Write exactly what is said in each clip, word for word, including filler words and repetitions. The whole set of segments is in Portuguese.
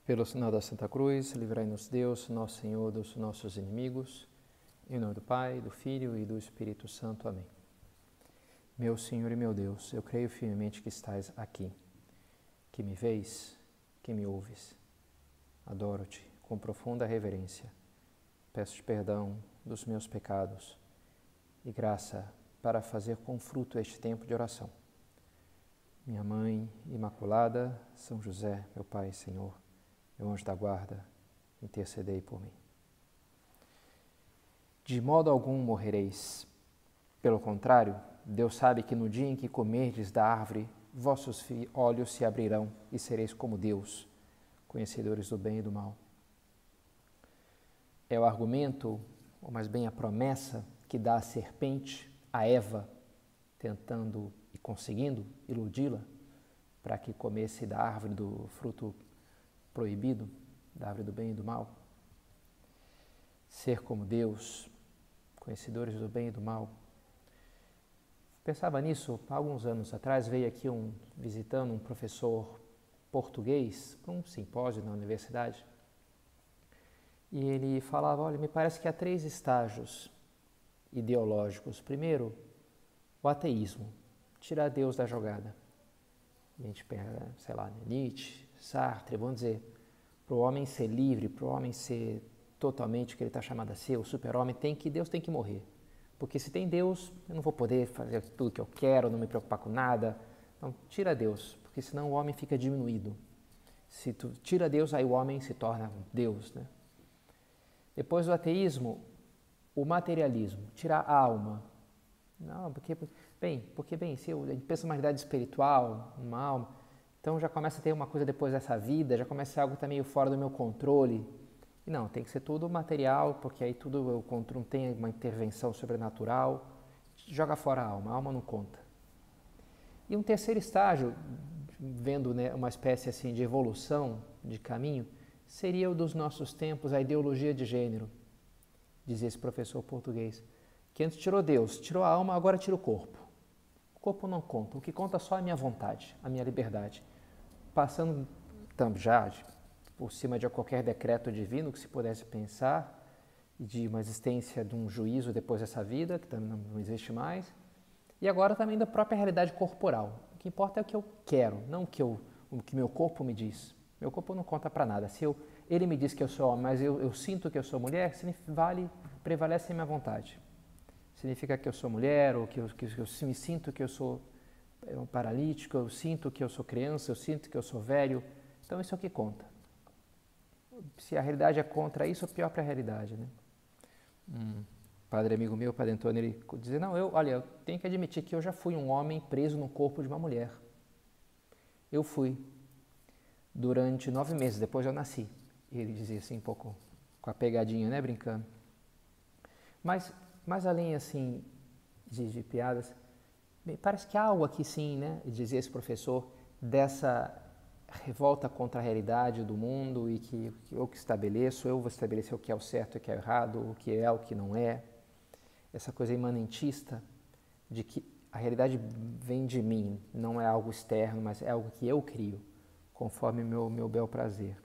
Pelo sinal da Santa Cruz, livrai-nos Deus, nosso Senhor, dos nossos inimigos. Em nome do Pai, do Filho e do Espírito Santo. Amém. Meu Senhor e meu Deus, eu creio firmemente que estás aqui, que me vês, que me ouves. Adoro-te com profunda reverência. Peço-te perdão dos meus pecados e graça para fazer com fruto este tempo de oração. Minha Mãe Imaculada, São José, meu Pai e Senhor, meu anjo da guarda, intercedei por mim. De modo algum morrereis. Pelo contrário, Deus sabe que no dia em que comerdes da árvore, vossos olhos se abrirão e sereis como Deus, conhecedores do bem e do mal. É o argumento, ou mais bem a promessa, que dá a serpente a Eva, tentando e conseguindo iludi-la para que comesse da árvore do fruto proibido, da árvore do bem e do mal. Ser como Deus, conhecedores do bem e do mal. Pensava nisso há alguns anos atrás, veio aqui um, visitando um professor português para um simpósio na universidade, e ele falava, olha, me parece que há três estágios ideológicos. Primeiro, o ateísmo, tirar Deus da jogada. A gente pega, sei lá, Nietzsche, Sartre, vamos dizer, para o homem ser livre, para o homem ser totalmente o que ele está chamado a ser, o super-homem, tem que, Deus tem que morrer. Porque se tem Deus, eu não vou poder fazer tudo que eu quero, não me preocupar com nada. Então, tira Deus, porque senão o homem fica diminuído. Se tu tira Deus, aí o homem se torna Deus, né? Depois do ateísmo, o materialismo, tirar a alma. Não, porque, bem, porque, bem, se eu penso numa realidade espiritual, uma alma, então já começa a ter uma coisa depois dessa vida, já começa a ser algo que está meio fora do meu controle. E não, tem que ser tudo material, porque aí tudo eu controlo, tem uma intervenção sobrenatural, joga fora a alma, a alma não conta. E um terceiro estágio, vendo, né, uma espécie assim de evolução, de caminho, seria o dos nossos tempos, a ideologia de gênero, dizia esse professor português, que antes tirou Deus, tirou a alma, agora tira o corpo. O corpo não conta, o que conta só é a minha vontade, a minha liberdade. Passando já por cima de qualquer decreto divino que se pudesse pensar, de uma existência de um juízo depois dessa vida, que também não existe mais, e agora também da própria realidade corporal. O que importa é o que eu quero, não o que, eu, o que meu corpo me diz. Meu corpo não conta para nada. Se eu, ele me diz que eu sou homem, mas eu, eu sinto que eu sou mulher, vale, prevalece a minha vontade. Significa que eu sou mulher, ou que eu, que eu me sinto que eu sou um paralítico, eu sinto que eu sou criança, eu sinto que eu sou velho. Então isso é o que conta. Se a realidade é contra isso, pior para a realidade, né? Um padre amigo meu, padre Antônio, ele dizia, não, eu, olha, eu tenho que admitir que eu já fui um homem preso no corpo de uma mulher. Eu fui. Durante nove meses, depois eu nasci. Ele dizia assim, um pouco com a pegadinha, né, brincando. Mas, mais além, assim, de, de piadas, bem, parece que há algo aqui, sim, né, dizia esse professor, dessa revolta contra a realidade do mundo e que, que eu que estabeleço, eu vou estabelecer o que é o certo e o que é o errado, o que é, o que não é. Essa coisa imanentista de que a realidade vem de mim, não é algo externo, mas é algo que eu crio, conforme meu, meu bel prazer.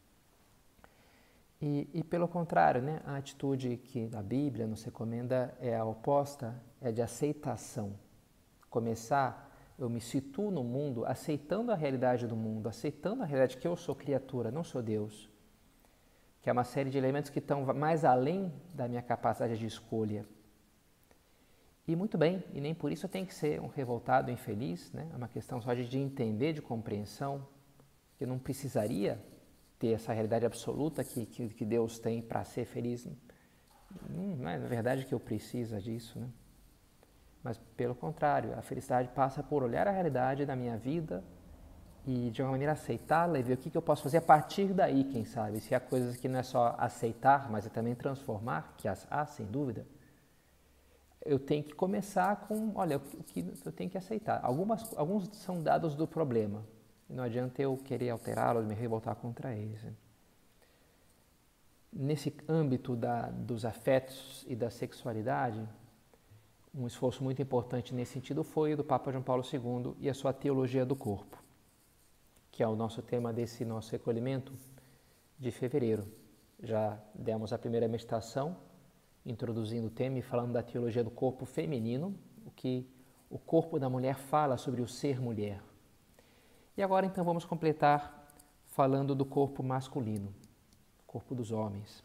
E, e pelo contrário, né, a atitude que a Bíblia nos recomenda é a oposta, é de aceitação. Começar, eu me situo no mundo, aceitando a realidade do mundo, aceitando a realidade que eu sou criatura, não sou Deus. Que é uma série de elementos que estão mais além da minha capacidade de escolha. E muito bem, e nem por isso eu tenho que ser um revoltado, infeliz, né? É uma questão só de entender, de compreensão, que eu não precisaria ter essa realidade absoluta que, que, que Deus tem para ser feliz. Não é na verdade que eu preciso disso, né? Mas, pelo contrário, a felicidade passa por olhar a realidade da minha vida e, de uma maneira, aceitá-la e ver o que, que eu posso fazer a partir daí, quem sabe. Se há coisas que não é só aceitar, mas é também transformar, que as há, sem dúvida, eu tenho que começar com, olha, o que eu tenho que aceitar. Algumas, alguns são dados do problema, e não adianta eu querer alterá-los, me revoltar contra eles. Nesse âmbito da, dos afetos e da sexualidade, um esforço muito importante nesse sentido foi o do Papa João Paulo segundo e a sua teologia do corpo, que é o nosso tema desse nosso recolhimento, de fevereiro. Já demos a primeira meditação, introduzindo o tema e falando da teologia do corpo feminino, o que o corpo da mulher fala sobre o ser mulher. E agora então vamos completar falando do corpo masculino, corpo dos homens.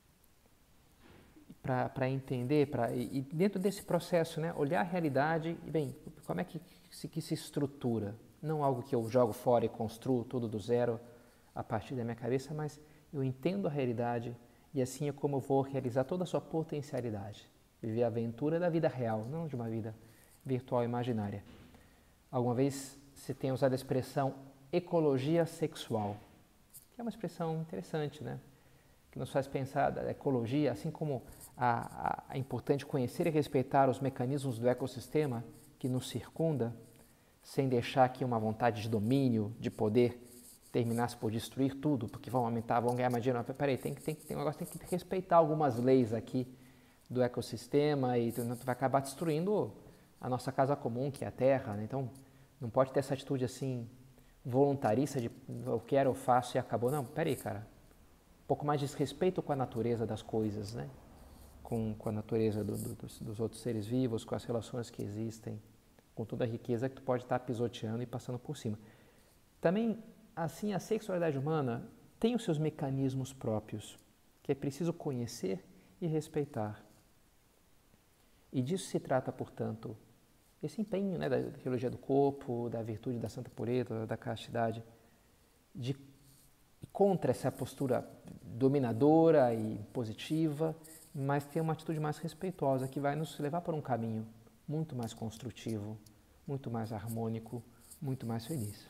Para entender, pra, e, e dentro desse processo, né, olhar a realidade e, bem, como é que se, que se estrutura? Não algo que eu jogo fora e construo tudo do zero a partir da minha cabeça, mas eu entendo a realidade e assim é como eu vou realizar toda a sua potencialidade. Viver a aventura da vida real, não de uma vida virtual imaginária. Alguma vez se tem usado a expressão ecologia sexual, que é uma expressão interessante, né? Que nos faz pensar da ecologia, assim como a, a, é importante conhecer e respeitar os mecanismos do ecossistema que nos circunda, sem deixar que uma vontade de domínio, de poder, terminasse por destruir tudo, porque vão aumentar, vão ganhar mais dinheiro. Não, peraí, tem, tem, tem um negócio, tem que respeitar algumas leis aqui do ecossistema e tu, tu vai acabar destruindo a nossa casa comum, que é a Terra, né? Então, não pode ter essa atitude assim voluntarista de eu quero, eu faço e acabou. Não, peraí, cara. Um pouco mais de respeito com a natureza das coisas, né? Com, com a natureza do, do, dos, dos outros seres vivos, com as relações que existem, com toda a riqueza que tu pode estar pisoteando e passando por cima. Também, assim, a sexualidade humana tem os seus mecanismos próprios, que é preciso conhecer e respeitar. E disso se trata, portanto, esse empenho, né, da teologia do corpo, da virtude da santa pureza, da castidade, de contra essa postura dominadora e positiva, mas ter uma atitude mais respeitosa que vai nos levar por um caminho muito mais construtivo, muito mais harmônico, muito mais feliz.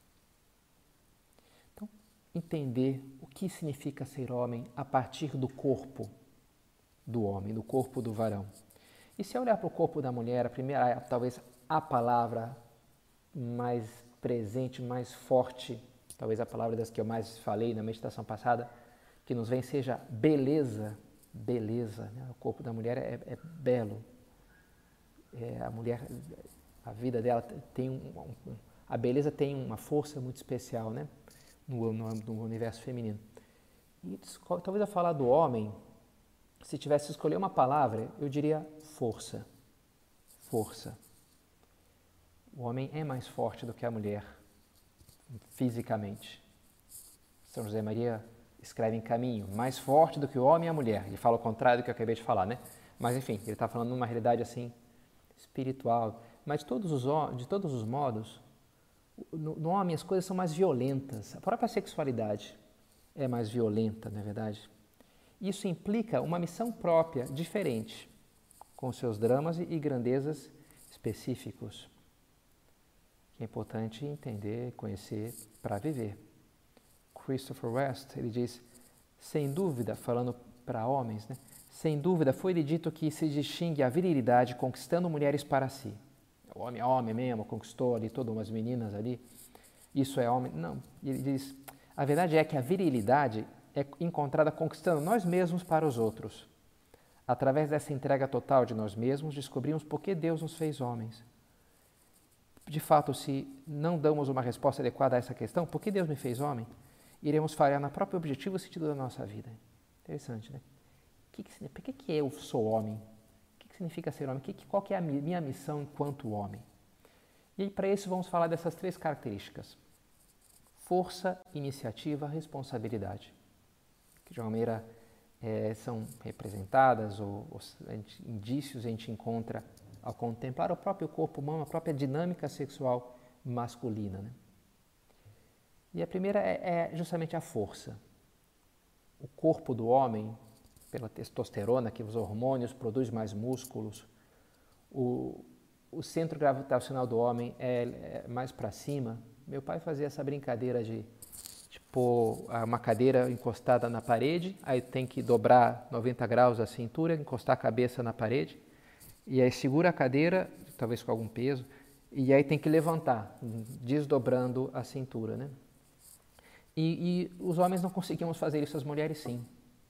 Então, entender o que significa ser homem a partir do corpo do homem, do corpo do varão. E se olhar para o corpo da mulher, a primeira, talvez a palavra mais presente, mais forte, talvez a palavra das que eu mais falei na meditação passada, que nos vem seja beleza, beleza, né? O corpo da mulher é, é belo, é, a mulher, a vida dela tem um, um, a beleza tem uma força muito especial, né? no, no, no universo feminino. E talvez ao falar do homem, se tivesse que escolher uma palavra, eu diria força, força. O homem é mais forte do que a mulher, fisicamente. São José Maria escreve em Caminho, mais forte do que o homem e a mulher. Ele fala o contrário do que eu acabei de falar, né? Mas, enfim, ele está falando de uma realidade, assim, espiritual. Mas de todos os, de todos os modos, no, no homem as coisas são mais violentas. A própria sexualidade é mais violenta, não é verdade? Isso implica uma missão própria, diferente, com seus dramas e grandezas específicos, que é importante entender, conhecer para viver. Christopher West, ele diz, sem dúvida, falando para homens, né? Sem dúvida foi-lhe dito que se distingue a virilidade conquistando mulheres para si. O homem é homem mesmo, conquistou ali todas umas meninas ali, isso é homem. Não, ele diz, a verdade é que a virilidade é encontrada conquistando nós mesmos para os outros. Através dessa entrega total de nós mesmos, descobrimos por que Deus nos fez homens. De fato, se não damos uma resposta adequada a essa questão, por que Deus me fez homem? Iremos falhar no próprio objetivo e sentido da nossa vida. Interessante, né? Que que, por que, que eu sou homem? O que, que significa ser homem? Que, que, qual que é a minha missão enquanto homem? E para isso vamos falar dessas três características. Força, iniciativa, responsabilidade. Que de alguma maneira é, são representadas ou, ou a gente, indícios a gente encontra ao contemplar o próprio corpo humano, a própria dinâmica sexual masculina, né? E a primeira é, é justamente a força. O corpo do homem, pela testosterona, que os hormônios produz mais músculos, o, o centro gravitacional do homem é, é mais para cima. Meu pai fazia essa brincadeira de, de pôr uma cadeira encostada na parede, aí tem que dobrar noventa graus a cintura, encostar a cabeça na parede, e aí segura a cadeira, talvez com algum peso, e aí tem que levantar, desdobrando a cintura, né? E, e os homens não conseguimos fazer isso, as mulheres sim.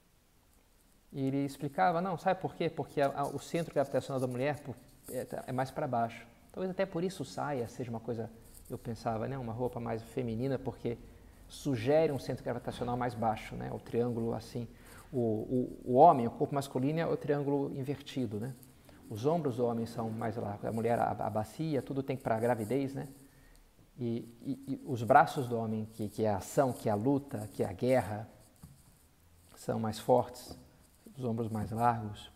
E ele explicava, não, sabe por quê? Porque a, a, o centro gravitacional da mulher é, é mais para baixo. Talvez até por isso saia seja uma coisa, eu pensava, né, uma roupa mais feminina, porque sugere um centro gravitacional mais baixo, né? O triângulo assim. O, o, o homem, o corpo masculino é o triângulo invertido, né? Os ombros do homem são mais largos, a mulher a, a bacia, tudo tem para a gravidez, né? E, e, e os braços do homem, que, que é a ação, que é a luta, que é a guerra, são mais fortes, os ombros mais largos.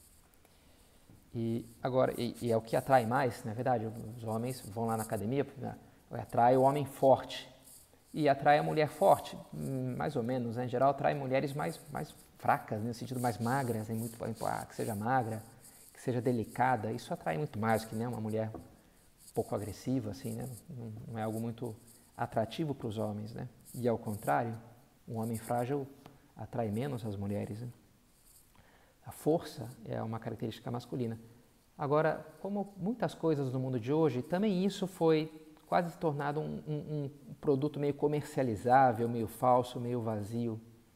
E agora, e, e é o que atrai mais, na verdade, os homens vão lá na academia, atrai o homem forte e atrai a mulher forte, mais ou menos, né? Em geral atrai mulheres mais, mais fracas, né? No sentido mais magras, né? Muito, que seja magra, que seja delicada, isso atrai muito mais que, né, uma mulher um pouco agressiva, assim, né? Não, não é algo muito atrativo para os homens, né? E ao contrário, um homem frágil atrai menos as mulheres, né? A força é uma característica masculina. Agora, como muitas coisas no mundo de hoje, também isso foi quase se tornado um, um, um produto meio comercializável, meio falso, meio vazio.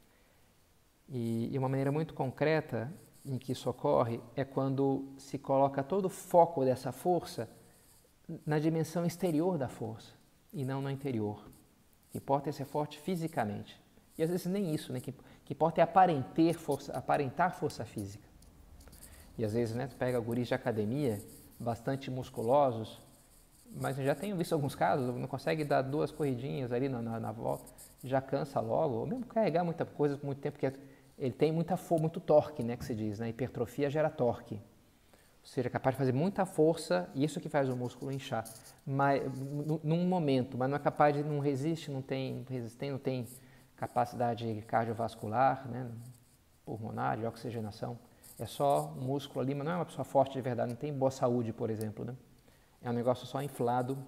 E, e uma maneira muito concreta em que isso ocorre é quando se coloca todo o foco dessa força na dimensão exterior da força e não no interior. O que importa é ser forte fisicamente. E às vezes nem isso, né? Que, que importa é aparentar força, aparentar força física. E às vezes, né, tu pega guris de academia, bastante musculosos, mas eu já tenho visto alguns casos, não consegue dar duas corridinhas ali na, na, na volta, já cansa logo, ou mesmo carregar muita coisa por muito tempo, porque ele tem muita força, muito torque, né, que se diz, né? Hipertrofia gera torque. Ou seja, é capaz de fazer muita força, e isso que faz o músculo inchar. Mas, num momento, mas não é capaz de, não resiste, não tem resistência, não tem capacidade cardiovascular, né, pulmonar, de oxigenação. É só um músculo ali, mas não é uma pessoa forte de verdade, não tem boa saúde, por exemplo, né? É um negócio só inflado.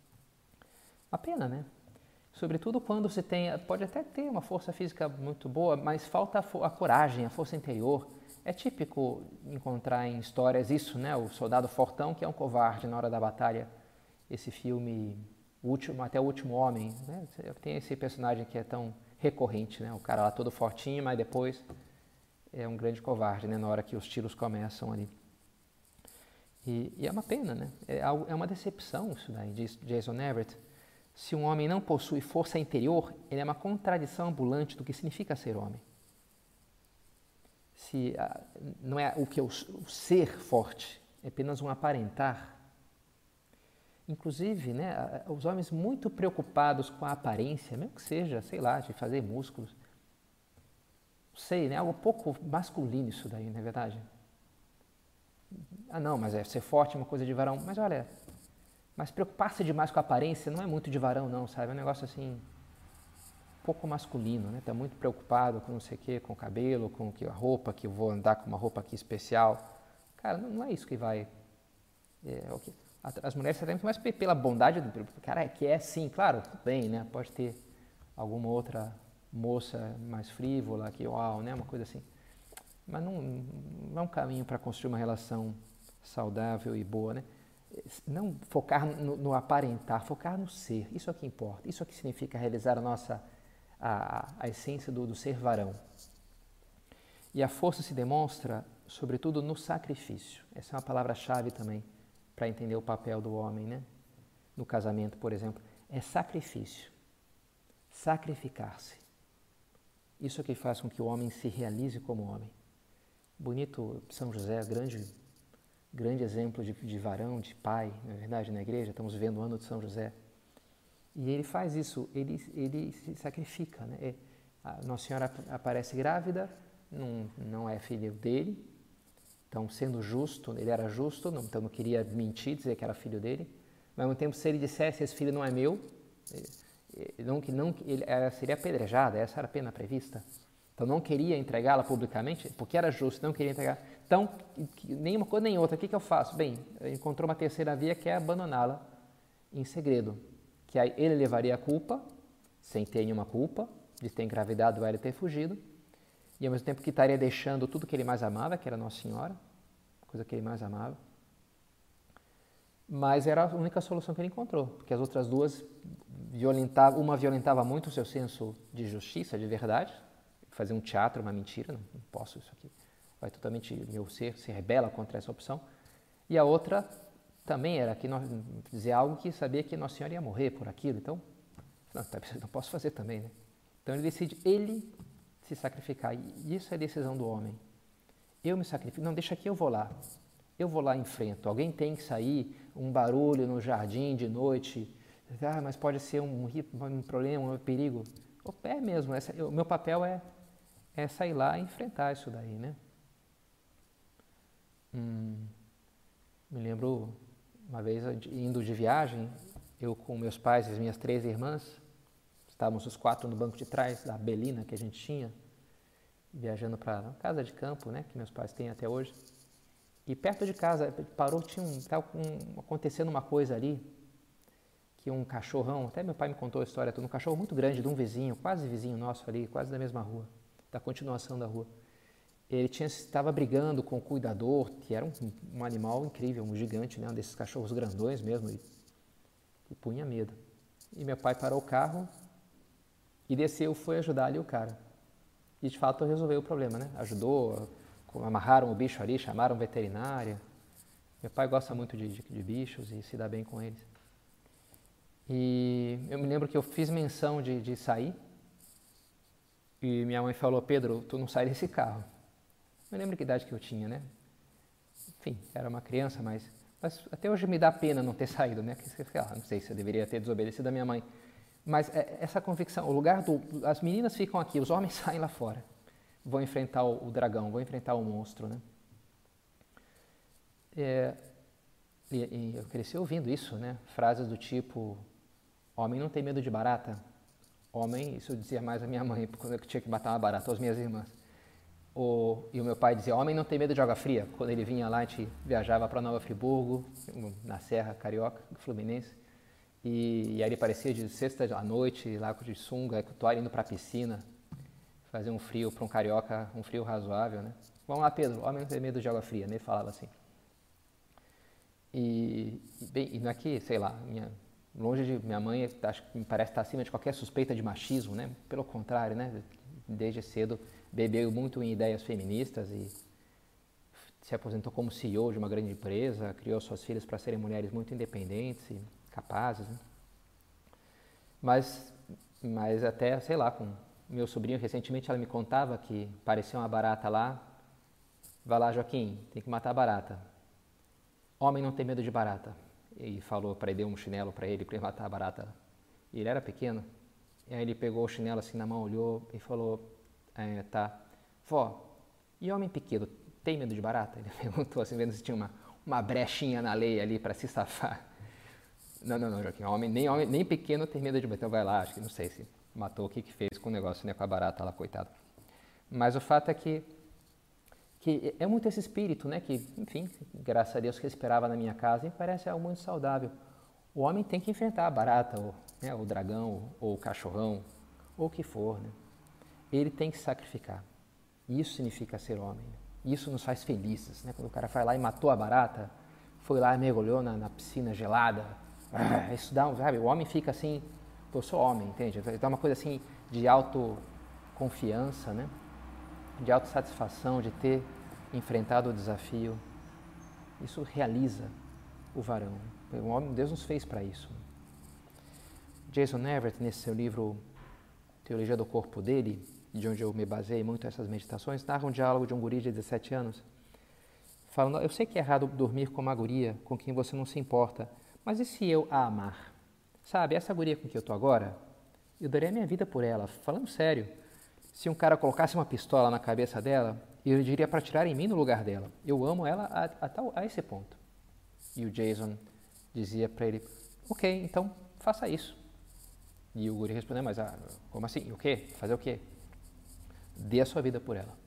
Uma pena, né? Sobretudo quando se tem, pode até ter uma força física muito boa, mas falta a, a coragem, a força interior. É típico encontrar em histórias isso, né? O soldado fortão que é um covarde na hora da batalha. Esse filme, o último, até o Último Homem, né? Tem esse personagem que é tão recorrente, né? O cara lá todo fortinho, mas depois é um grande covarde, né? Na hora que os tiros começam ali. E, e é uma pena, né? É, é uma decepção isso daí, diz Jason Everett. Se um homem não possui força interior, ele é uma contradição ambulante do que significa ser homem. Se ah, não é o que é o, o ser forte, é apenas um aparentar. Inclusive, né, os homens muito preocupados com a aparência, mesmo que seja, sei lá, de fazer músculos. Não sei, né, algo pouco masculino isso daí, não é verdade? Ah, não, mas é ser forte é uma coisa de varão. Mas olha, mas preocupar-se demais com a aparência não é muito de varão, não, sabe? É um negócio assim, pouco masculino, né? Tá muito preocupado com não sei o quê, com o cabelo, com que a roupa, que eu vou andar com uma roupa aqui especial. Cara, não, não é isso que vai... É, okay. As mulheres sabem mais pela bondade do... Cara, é que é sim, claro, bem, né? Pode ter alguma outra moça mais frívola, que uau, né? Uma coisa assim. Mas não, não é um caminho para construir uma relação saudável e boa, né? Não focar no, no aparentar, focar no ser. Isso é o que importa. Isso é o que significa realizar a nossa... A, a essência do, do ser varão. E a força se demonstra, sobretudo, no sacrifício. Essa é uma palavra-chave também para entender o papel do homem, né? No casamento, por exemplo, é sacrifício. Sacrificar-se. Isso é que faz com que o homem se realize como homem. Bonito São José, grande, grande exemplo de, de varão, de pai, na verdade, na igreja. Estamos vivendo o ano de São José. E ele faz isso, ele, ele se sacrifica, né? A Nossa Senhora aparece grávida, não, não é filho dele, então sendo justo, ele era justo, não, então não queria mentir, dizer que era filho dele, mas ao mesmo tempo se ele dissesse esse filho não é meu, ele, não, não, ele seria apedrejado, essa era a pena prevista. Então não queria entregá-la publicamente, porque era justo, não queria entregar. Então, nenhuma coisa nem outra, o que, que eu faço? Bem, encontrou uma terceira via que é abandoná-la em segredo. Que aí ele levaria a culpa, sem ter nenhuma culpa, de ter engravidado ela e ter fugido, e ao mesmo tempo que estaria deixando tudo que ele mais amava, que era Nossa Senhora, coisa que ele mais amava, mas era a única solução que ele encontrou, porque as outras duas violentavam, uma violentava muito o seu senso de justiça, de verdade, fazer um teatro, uma mentira, não, não posso isso aqui, vai totalmente, meu ser se rebela contra essa opção, e a outra também era que nós, dizer algo que sabia que Nossa Senhora ia morrer por aquilo, então não, não posso fazer também, né? Então ele decide ele se sacrificar. E isso é decisão do homem. Eu me sacrifico. Não, deixa aqui, eu vou lá. Eu vou lá e enfrento. Alguém tem que sair, um barulho no jardim de noite. Ah, mas pode ser um, um problema, um perigo. O pé mesmo. Essa, o meu papel é, é sair lá e enfrentar isso daí, né? Hum, me lembro uma vez indo de viagem, eu com meus pais e as minhas três irmãs, estávamos os quatro no banco de trás da Belina que a gente tinha, viajando para a casa de campo, né, que meus pais têm até hoje. E perto de casa, parou, tinha um, estava um, acontecendo uma coisa ali, que um cachorrão, até meu pai me contou a história, um cachorro muito grande de um vizinho, quase vizinho nosso ali, quase da mesma rua, da continuação da rua. Ele tinha, estava brigando com o cuidador, que era um, um animal incrível, um gigante, né, um desses cachorros grandões mesmo, e, e punha medo. E meu pai parou o carro e desceu, foi ajudar ali o cara. E de fato resolveu o problema, né? Ajudou, amarraram o bicho ali, chamaram veterinária. Meu pai gosta muito de, de, de bichos e se dá bem com eles. E eu me lembro que eu fiz menção de, de sair e minha mãe falou, Pedro, tu não sai desse carro. Eu lembro que idade que eu tinha, né? Enfim, era uma criança, mas, mas até hoje me dá pena não ter saído, né? Não sei se eu deveria ter desobedecido a minha mãe. Mas essa convicção, o lugar do... As meninas ficam aqui, os homens saem lá fora. Vão enfrentar o, o dragão, vão enfrentar o monstro, né? É, e, e eu cresci ouvindo isso, né? Frases do tipo, homem não tem medo de barata. Homem, isso eu dizia mais a minha mãe, quando eu tinha que matar uma barata, ou as minhas irmãs. O, e o meu pai dizia, homem não tem medo de água fria. Quando ele vinha lá, a gente viajava para Nova Friburgo, na Serra Carioca, Fluminense. E, e aí ele parecia de sexta à noite, lá de sunga, com toalha indo para a piscina, fazer um frio para um carioca, um frio razoável, né? Vamos lá, Pedro, homem não tem medo de água fria, né? Ele falava assim. E, e, bem, e não é que, sei lá, minha, longe de minha mãe, acho que me parece estar acima de qualquer suspeita de machismo, né? Pelo contrário, né? Desde cedo bebeu muito em ideias feministas e se aposentou como C E O de uma grande empresa, criou suas filhas para serem mulheres muito independentes e capazes, né? Mas, mas até, sei lá, com meu sobrinho, recentemente ela me contava que parecia uma barata lá. Vai lá, Joaquim, tem que matar a barata. Homem não tem medo de barata. E falou para ele, deu um chinelo para ele, para ele matar a barata. E ele era pequeno. E aí ele pegou o chinelo assim na mão, olhou e falou, é, tá, vó, e homem pequeno, tem medo de barata? Ele perguntou assim, vendo se tinha uma, uma brechinha na lei ali para se safar. Não, não, não, Joaquim, homem, nem, homem, nem pequeno tem medo de barata. Então vai lá, acho que não sei se matou, o que que fez com o negócio, né, com a barata lá, coitado. Mas o fato é que, que é muito esse espírito, né, que, enfim, graças a Deus que eu esperava na minha casa e parece algo muito saudável. O homem tem que enfrentar a barata, ou, né, o dragão, ou o cachorrão, ou o que for, né? Ele tem que se sacrificar. Isso significa ser homem. Isso nos faz felizes, né? Quando o cara foi lá e matou a barata, foi lá e mergulhou na, na piscina gelada. Ah, isso dá, sabe? O homem fica assim, pô, eu sou homem, entende? Dá uma coisa assim de autoconfiança, né? De autossatisfação, de ter enfrentado o desafio. Isso realiza o varão. O homem, Deus nos fez para isso. Jason Everett, nesse seu livro Teologia do Corpo dele, de onde eu me baseei muito essas meditações, narra um diálogo de um guri de dezessete anos, falando, eu sei que é errado dormir com uma guria com quem você não se importa, mas e se eu a amar? Sabe, essa guria com quem eu estou agora, eu daria a minha vida por ela, falando sério. Se um cara colocasse uma pistola na cabeça dela, eu diria para atirar em mim no lugar dela. Eu amo ela a, a, a esse ponto. E o Jason dizia para ele, ok, então faça isso. E o guri respondeu, mas ah, como assim? O quê? Fazer o quê? Dê a sua vida por ela.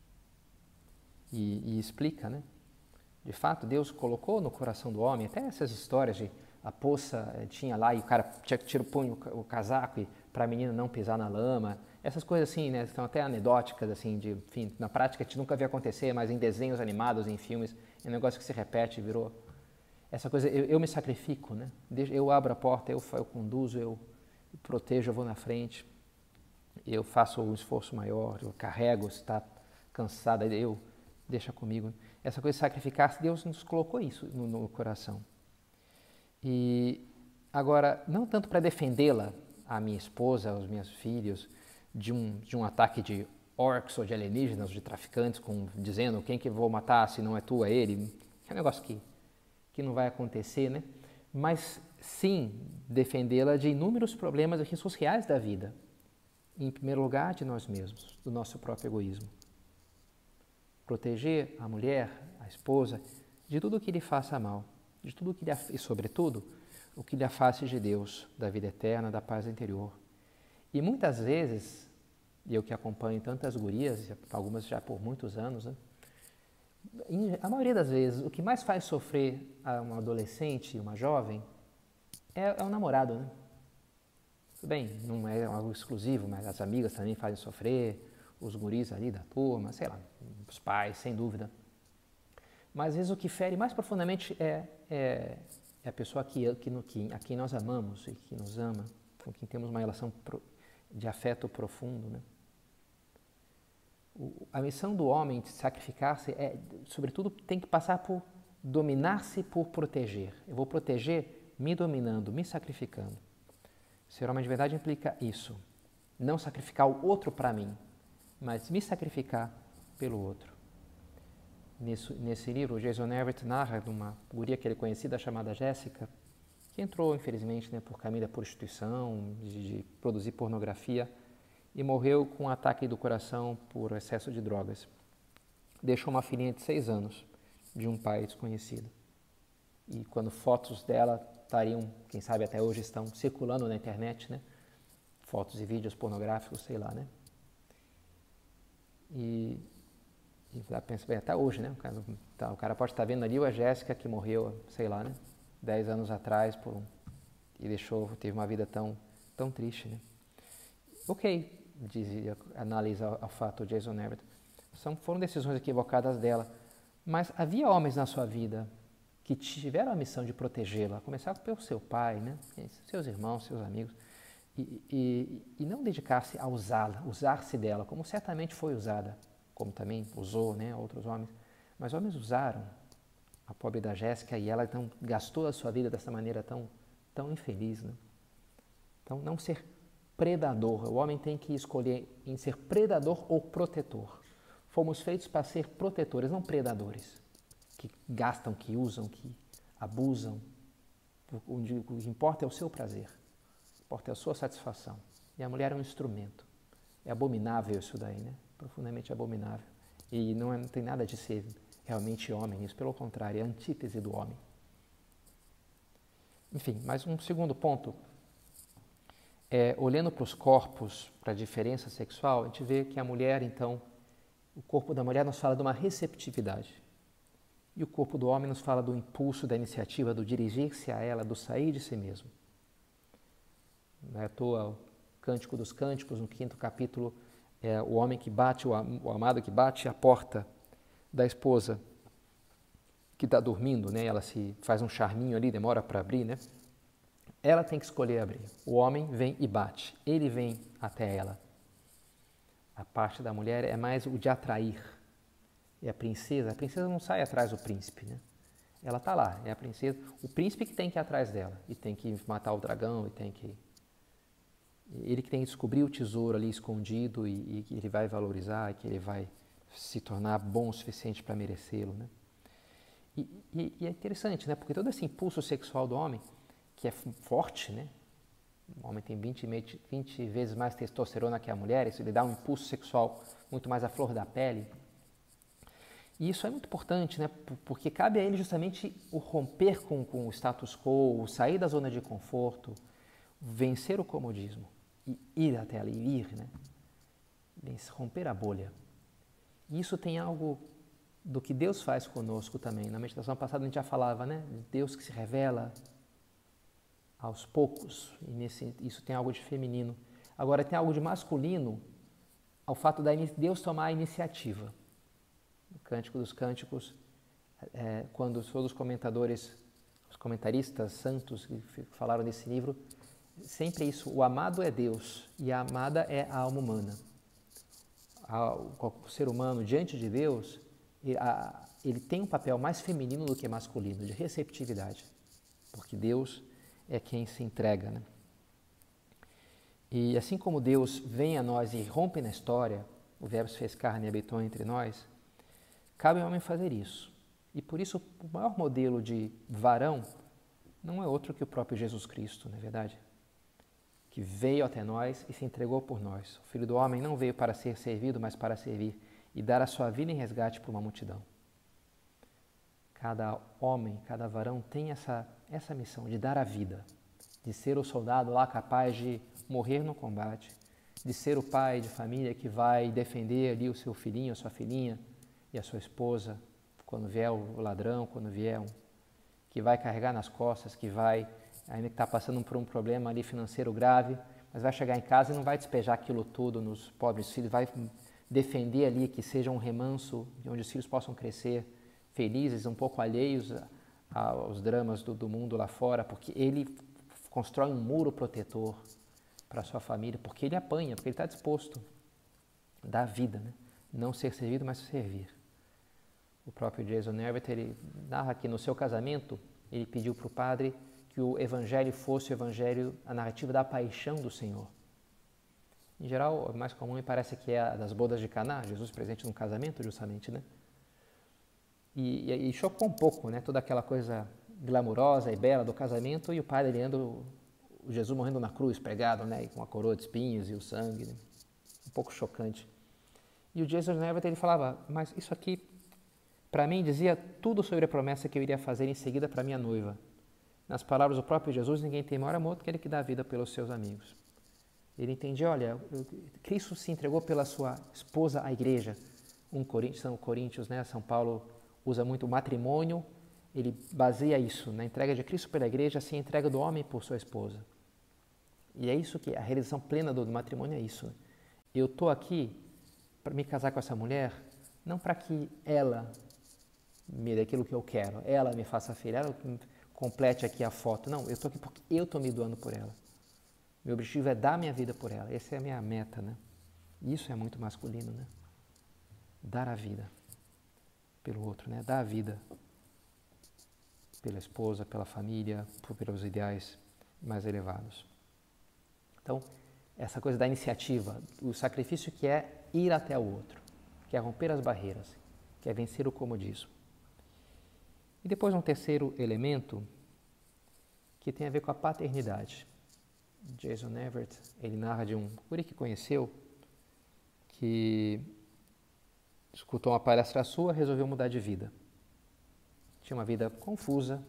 E, e explica, né? De fato, Deus colocou no coração do homem, até essas histórias de a poça eh, tinha lá e o cara tinha que tirar o punho, o casaco para a menina não pisar na lama. Essas coisas assim, né? São até anedóticas, assim, de, enfim, na prática a gente nunca vê acontecer, mas em desenhos animados, em filmes, é um negócio que se repete, virou essa coisa, eu, eu me sacrifico, né? Eu abro a porta, eu, eu conduzo, eu protejo, eu vou na frente, eu faço um esforço maior, eu carrego, se está cansada, eu, deixa comigo. Essa coisa de sacrificar-se, Deus nos colocou isso no, no coração. E agora, não tanto para defendê-la, a minha esposa, aos meus filhos, de um, de um ataque de orcs ou de alienígenas, de traficantes, com, dizendo quem que eu vou matar, se não é tu, é ele. É um negócio que, que não vai acontecer, né? Mas sim, defendê-la de inúmeros problemas e riscos reais da vida. Em primeiro lugar, de nós mesmos, do nosso próprio egoísmo. Proteger a mulher, a esposa, de tudo que lhe faça mal, de tudo que lhe, e sobretudo, o que lhe afaste de Deus, da vida eterna, da paz interior. E muitas vezes, e eu que acompanho tantas gurias, algumas já por muitos anos, né? A maioria das vezes, o que mais faz sofrer a uma adolescente, uma jovem, é, é o namorado, né? Tudo bem, não é algo exclusivo, mas as amigas também fazem sofrer, os guris ali da turma, sei lá, os pais, sem dúvida. Mas às vezes o que fere mais profundamente é, é, é a pessoa que, que, que, a quem nós amamos e que nos ama, com quem temos uma relação pro, de afeto profundo, né? O, a missão do homem de sacrificar-se é, sobretudo, tem que passar por dominar-se por proteger. Eu vou proteger me dominando, me sacrificando. Ser homem de verdade implica isso. Não sacrificar o outro para mim, mas me sacrificar pelo outro. Nesse, nesse livro, o Jason Everett narra de uma guria que ele conhecia, chamada Jéssica, que entrou, infelizmente, né, por caminho da prostituição, de, de produzir pornografia, e morreu com um ataque do coração por excesso de drogas. Deixou uma filhinha de seis anos, de um pai desconhecido. E quando fotos dela estariam, quem sabe até hoje estão circulando na internet, né? Fotos e vídeos pornográficos, sei lá, né? E, e pensa bem, até hoje, né? O cara, tá, o cara pode estar vendo ali a Jéssica que morreu, sei lá, né? Dez anos atrás por um, e deixou, teve uma vida tão, tão triste, né? Ok, dizia, analisa o fato de Jason Everett. São, foram decisões equivocadas dela, mas havia homens na sua vida que tiveram a missão de protegê-la, começar pelo seu pai, né? Seus irmãos, seus amigos, e, e, e não dedicar-se a usá-la, usar-se dela, como certamente foi usada, como também usou, né, outros homens. Mas homens usaram a pobre da Jéssica e ela então gastou a sua vida dessa maneira tão, tão infeliz, né? Então, não ser predador. O homem tem que escolher em ser predador ou protetor. Fomos feitos para ser protetores, não predadores, que gastam, que usam, que abusam. O que importa é o seu prazer, o que importa é a sua satisfação. E a mulher é um instrumento. É abominável isso daí, né? Profundamente abominável. E não, é, não tem nada de ser realmente homem, isso pelo contrário, é a antítese do homem. Enfim, mais um segundo ponto. É, olhando para os corpos, para a diferença sexual, a gente vê que a mulher, então, o corpo da mulher nos fala de uma receptividade. E o corpo do homem nos fala do impulso, da iniciativa, do dirigir-se a ela, do sair de si mesmo. Não é à toa o Cântico dos Cânticos, no quinto capítulo, é o homem que bate, o amado que bate a porta da esposa que está dormindo, né? Ela se faz um charminho ali, demora para abrir, né? Ela tem que escolher abrir. O homem vem e bate. Ele vem até ela. A parte da mulher é mais o de atrair. E a princesa, a princesa não sai atrás do príncipe, né? Ela está lá, é a princesa. O príncipe que tem que ir atrás dela. E tem que matar o dragão, e tem que... Ele que tem que descobrir o tesouro ali escondido e, e que ele vai valorizar, e que ele vai se tornar bom o suficiente para merecê-lo, né? E, e, e é interessante, né? Porque todo esse impulso sexual do homem, que é forte, né? O homem tem vinte, vinte vezes mais testosterona que a mulher, isso lhe dá um impulso sexual muito mais à flor da pele. E isso é muito importante, né? Porque cabe a ele justamente o romper com, com o status quo, o sair da zona de conforto, vencer o comodismo e ir até ali, ir, né? Romper a bolha. E isso tem algo do que Deus faz conosco também. Na meditação passada a gente já falava, né? De Deus que se revela aos poucos, e nesse, isso tem algo de feminino. Agora tem algo de masculino ao fato de Deus tomar a iniciativa. No Cântico dos Cânticos, é, quando todos os comentadores, os comentaristas santos que falaram nesse livro, sempre é isso, o amado é Deus e a amada é a alma humana. O ser humano diante de Deus, ele tem um papel mais feminino do que masculino, de receptividade, porque Deus é quem se entrega, né? E assim como Deus vem a nós e rompe na história, o Verbo se fez carne e habitou entre nós, cabe ao homem fazer isso. E por isso o maior modelo de varão não é outro que o próprio Jesus Cristo, não é verdade? Que veio até nós e se entregou por nós. O Filho do Homem não veio para ser servido, mas para servir e dar a sua vida em resgate por uma multidão. Cada homem, cada varão tem essa, essa missão de dar a vida, de ser o soldado lá capaz de morrer no combate, de ser o pai de família que vai defender ali o seu filhinho, a sua filhinha e a sua esposa, quando vier o ladrão, quando vier um, que vai carregar nas costas, que vai, ainda que está passando por um problema ali financeiro grave, mas vai chegar em casa e não vai despejar aquilo tudo nos pobres filhos, vai defender ali que seja um remanso onde os filhos possam crescer felizes, um pouco alheios aos dramas do, do mundo lá fora, porque ele constrói um muro protetor para a sua família, porque ele apanha, porque ele está disposto a dar a vida, né? Não ser servido, mas servir. O próprio Jason Nevert, ele narra que no seu casamento, ele pediu para o padre que o evangelho fosse o evangelho, a narrativa da paixão do Senhor. Em geral, o mais comum me parece que é a das bodas de Caná, Jesus presente num casamento, justamente, né? E, e, e chocou um pouco, né? Toda aquela coisa glamurosa e bela do casamento e o padre lendo o Jesus morrendo na cruz, pregado, né? E com a coroa de espinhos e o sangue, né? Um pouco chocante. E o Jason Nevert, ele falava, mas isso aqui, para mim, dizia tudo sobre a promessa que eu iria fazer em seguida para minha noiva. Nas palavras do próprio Jesus, ninguém tem maior amor do que aquele que dá a vida pelos seus amigos. Ele entendia, olha, Cristo se entregou pela sua esposa à igreja. Um Coríntios, São Coríntios, né? São Paulo usa muito o matrimônio, ele baseia isso na entrega de Cristo pela igreja, assim a entrega do homem por sua esposa. E é isso que a realização plena do, do matrimônio é isso. Eu estou aqui para me casar com essa mulher, não para que ela me dê aquilo que eu quero, ela me faça filha, ela complete aqui a foto. Não, eu estou aqui porque eu estou me doando por ela. Meu objetivo é dar minha vida por ela. Essa é a minha meta, né? Isso é muito masculino, né? Dar a vida pelo outro, né? Dar a vida pela esposa, pela família, pelos ideais mais elevados. Então, essa coisa da iniciativa, o sacrifício que é ir até o outro, que é romper as barreiras, que é vencer o comodismo. E depois um terceiro elemento que tem a ver com a paternidade. Jason Nevert, ele narra de um guri que conheceu, que escutou uma palestra sua, resolveu mudar de vida. Tinha uma vida confusa,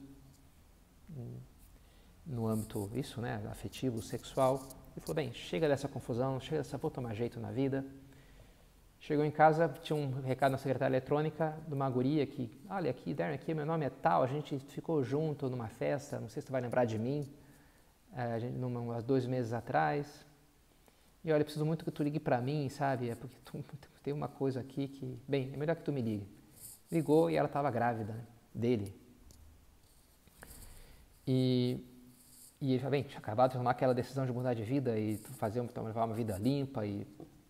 no âmbito, isso, né, afetivo, sexual, e falou, bem, chega dessa confusão, chega dessa, vou tomar jeito na vida. Chegou em casa, tinha um recado na secretária eletrônica de uma guria que, olha aqui, Darren, aqui, meu nome é tal, a gente ficou junto numa festa, não sei se tu vai lembrar de mim, a gente, numa, há dois meses atrás, e olha, preciso muito que tu ligue para mim, sabe, é porque tu, tem uma coisa aqui que, bem, é melhor que tu me ligue. Ligou e ela estava grávida, né, dele. E, e ele falou, bem, tinha acabado de tomar aquela decisão de mudar de vida e fazer uma, uma vida limpa e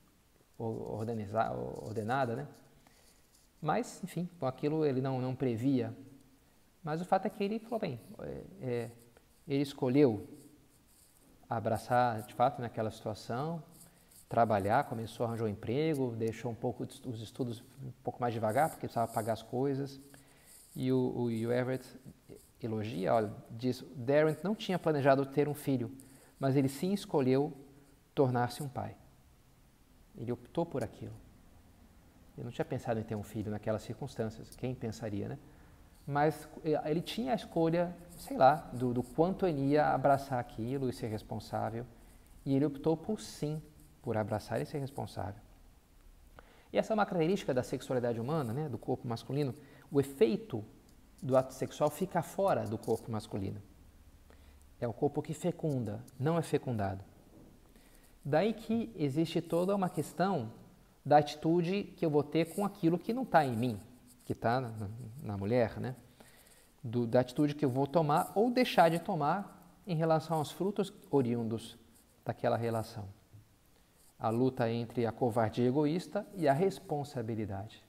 ordenada, né? Mas, enfim, com aquilo ele não, não previa. Mas o fato é que ele falou, bem, é, é, ele escolheu abraçar, de fato, naquela situação, trabalhar, começou a arranjar um emprego, deixou um pouco os estudos um pouco mais devagar, porque precisava pagar as coisas. E o, o, o Everett elogia, olha, diz, Darren não tinha planejado ter um filho, mas ele sim escolheu tornar-se um pai. Ele optou por aquilo. Ele não tinha pensado em ter um filho naquelas circunstâncias. Quem pensaria, né? Mas ele tinha a escolha, sei lá, do, do quanto ele ia abraçar aquilo e ser responsável. E ele optou por sim, por abraçar e ser responsável. E essa é uma característica da sexualidade humana, né? Do corpo masculino. O efeito do ato sexual fica fora do corpo masculino. É o corpo que fecunda, não é fecundado. Daí que existe toda uma questão da atitude que eu vou ter com aquilo que não está em mim, que está na, na mulher, né? Do, da atitude que eu vou tomar ou deixar de tomar em relação aos frutos oriundos daquela relação. A luta entre a covardia egoísta e a responsabilidade.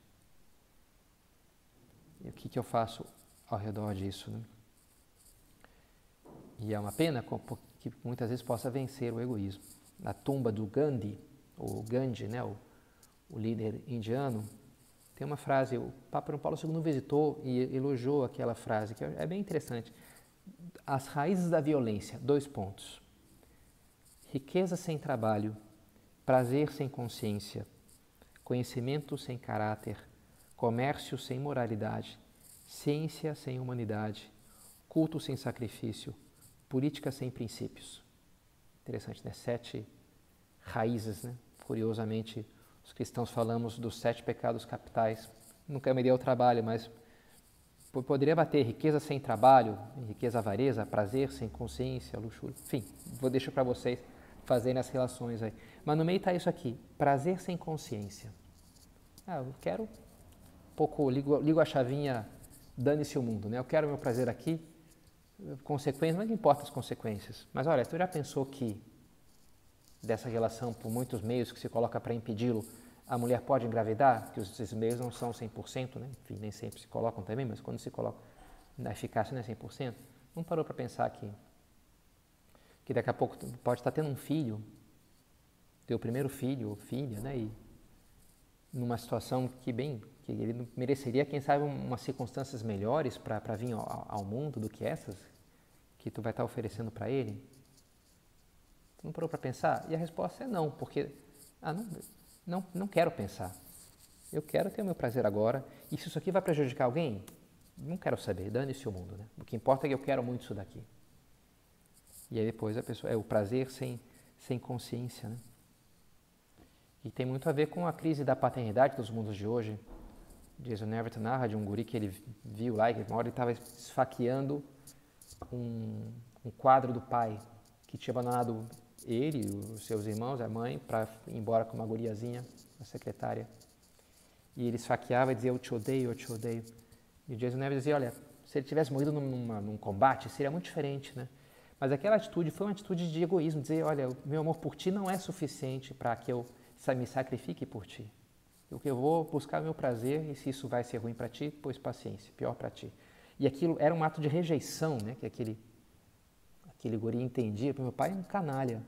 E o que, que eu faço ao redor disso, né? E é uma pena que muitas vezes possa vencer o egoísmo. na tumba do Gandhi, o Gandhi, né, o, o líder indiano, tem uma frase, o Papa João Paulo segundo visitou e elogiou aquela frase, que é bem interessante. As raízes da violência, dois pontos. Riqueza sem trabalho, prazer sem consciência, conhecimento sem caráter, comércio sem moralidade, ciência sem humanidade, culto sem sacrifício, política sem princípios. Interessante, né? Sete raízes, né? Curiosamente, os cristãos falamos dos sete pecados capitais. Nunca me deu trabalho, mas poderia bater riqueza sem trabalho, riqueza avareza, prazer sem consciência, luxúria. Enfim, vou deixar para vocês fazerem as relações aí. Mas no meio está isso aqui, prazer sem consciência. Ah, eu quero, um pouco, ligo, ligo a chavinha, dane-se o mundo, né? Eu quero meu prazer aqui, consequências, não importa as consequências. Mas olha, tu já pensou que dessa relação, por muitos meios que se coloca para impedi-lo, a mulher pode engravidar? Que esses meios não são cem por cento, né? Enfim, nem sempre se colocam também, mas quando se coloca, a eficácia não é cem por cento. Não parou para pensar que, que daqui a pouco tu pode estar tendo um filho, teu primeiro filho ou filha, né? E numa situação que bem, que ele mereceria, quem sabe, umas circunstâncias melhores para vir ao, ao mundo do que essas que tu vai estar oferecendo para ele. Tu não parou para pensar? E a resposta é não, porque ah, não, não, não quero pensar. Eu quero ter o meu prazer agora, e se isso aqui vai prejudicar alguém, não quero saber, dane-se o mundo, né? O que importa é que eu quero muito isso daqui. E aí depois a pessoa, é o prazer sem, sem consciência, né? E tem muito a ver com a crise da paternidade dos mundos de hoje. Jason Everett narra de um guri que ele viu lá, que uma hora ele estava esfaqueando um, um quadro do pai, que tinha abandonado ele, os seus irmãos, a mãe, para ir embora com uma guriazinha, a secretária. E ele esfaqueava e dizia, eu te odeio, eu te odeio. E o Jason Everett dizia, olha, se ele tivesse morrido numa, num combate, seria muito diferente, né? Mas aquela atitude foi uma atitude de egoísmo, dizer, olha, o meu amor por ti não é suficiente para que eu me sacrifique por ti. Eu, eu vou buscar meu prazer e se isso vai ser ruim para ti, pois paciência, pior para ti. E aquilo era um ato de rejeição, né? Que aquele, aquele guri entendia, porque meu pai é um canalha.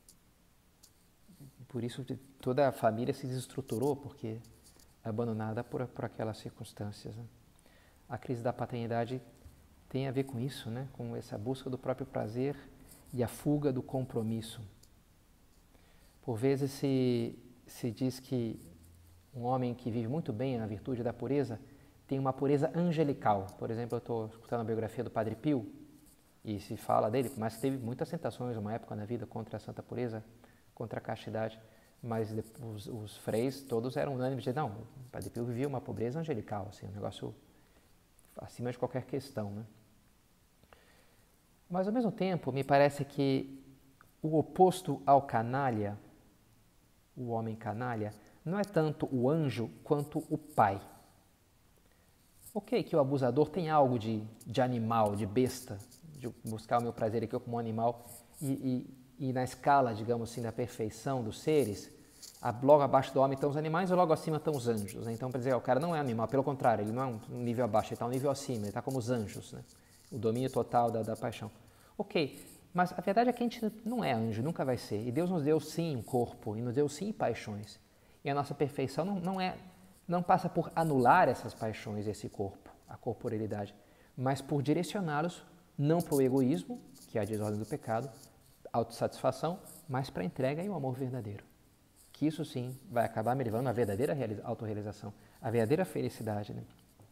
Por isso toda a família se desestruturou, porque é abandonada por, por aquelas circunstâncias, né? A crise da paternidade tem a ver com isso, né? Com essa busca do próprio prazer e a fuga do compromisso. Por vezes se, se diz que um homem que vive muito bem na virtude da pureza tem uma pureza angelical. Por exemplo, eu estou escutando a biografia do Padre Pio e se fala dele, mas teve muitas tentações uma época na vida contra a santa pureza, contra a castidade, mas os, os freis todos eram unânimes de não, o Padre Pio vivia uma pobreza angelical, assim, um negócio acima de qualquer questão, né? Mas ao mesmo tempo, me parece que o oposto ao canalha, o homem canalha, não é tanto o anjo quanto o pai. Ok, que o abusador tem algo de, de animal, de besta, de buscar o meu prazer aqui como um animal, e, e, e na escala, digamos assim, da perfeição dos seres, a, logo abaixo do homem estão os animais e logo acima estão os anjos, né? Então, para dizer, ó, o cara não é animal, pelo contrário, ele não é um nível abaixo, ele está um nível acima, ele está como os anjos, né? O domínio total da, da paixão. Ok, mas a verdade é que a gente não é anjo, nunca vai ser. E Deus nos deu sim um corpo, e nos deu sim paixões. E a nossa perfeição não, não, é, não passa por anular essas paixões, esse corpo, a corporeidade, mas por direcioná-los não para o egoísmo, que é a desordem do pecado, autossatisfação, mas para a entrega e o amor verdadeiro. Que isso sim vai acabar me levando à verdadeira autorrealização, à verdadeira felicidade, né?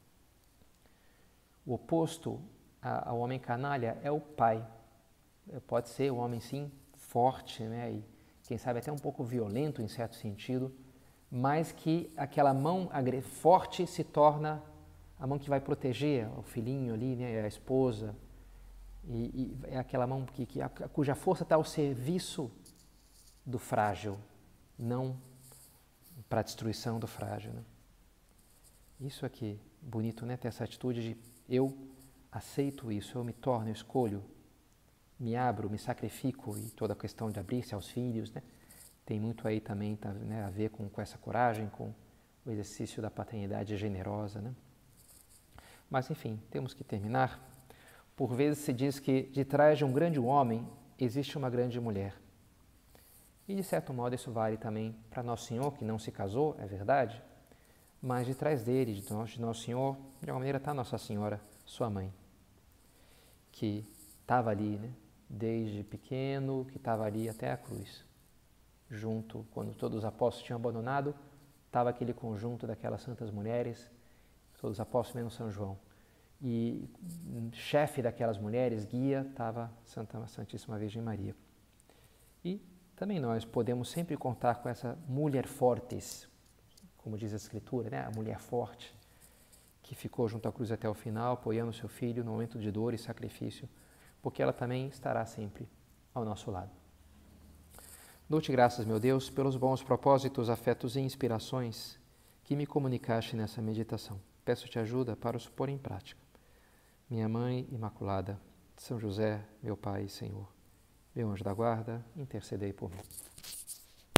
O oposto ao homem canalha é o pai. Pode ser o homem sim forte, né? E quem sabe até um pouco violento em certo sentido, mas que aquela mão forte se torna a mão que vai proteger o filhinho ali, né? A esposa, e, e é aquela mão que, que, a, cuja força está ao serviço do frágil, não para a destruição do frágil, né? Isso aqui, bonito, né? Ter essa atitude de eu aceito isso, eu me torno, eu escolho, me abro, me sacrifico, e toda a questão de abrir-se aos filhos, né? Tem muito aí também, tá, né, a ver com, com essa coragem, com o exercício da paternidade generosa, né? Mas, enfim, temos que terminar. Por vezes se diz que de trás de um grande homem existe uma grande mulher. E, de certo modo, isso vale também para Nosso Senhor, que não se casou, é verdade, mas de trás dele, de Nosso, de Nosso Senhor, de alguma maneira está Nossa Senhora, sua mãe, que estava ali, né, desde pequeno, que estava ali até a cruz. Junto, quando todos os apóstolos tinham abandonado, estava aquele conjunto daquelas santas mulheres, todos os apóstolos menos São João. E chefe daquelas mulheres, guia, estava Santa Santíssima Virgem Maria. E também nós podemos sempre contar com essa mulher fortes, como diz a Escritura, né? A mulher forte, que ficou junto à cruz até o final, apoiando seu filho no momento de dor e sacrifício, porque ela também estará sempre ao nosso lado. Dou-te graças, meu Deus, pelos bons propósitos, afetos e inspirações que me comunicaste nessa meditação. Peço-te ajuda para os pôr em prática. Minha Mãe Imaculada, São José, meu Pai e Senhor, meu anjo da guarda, intercedei por mim.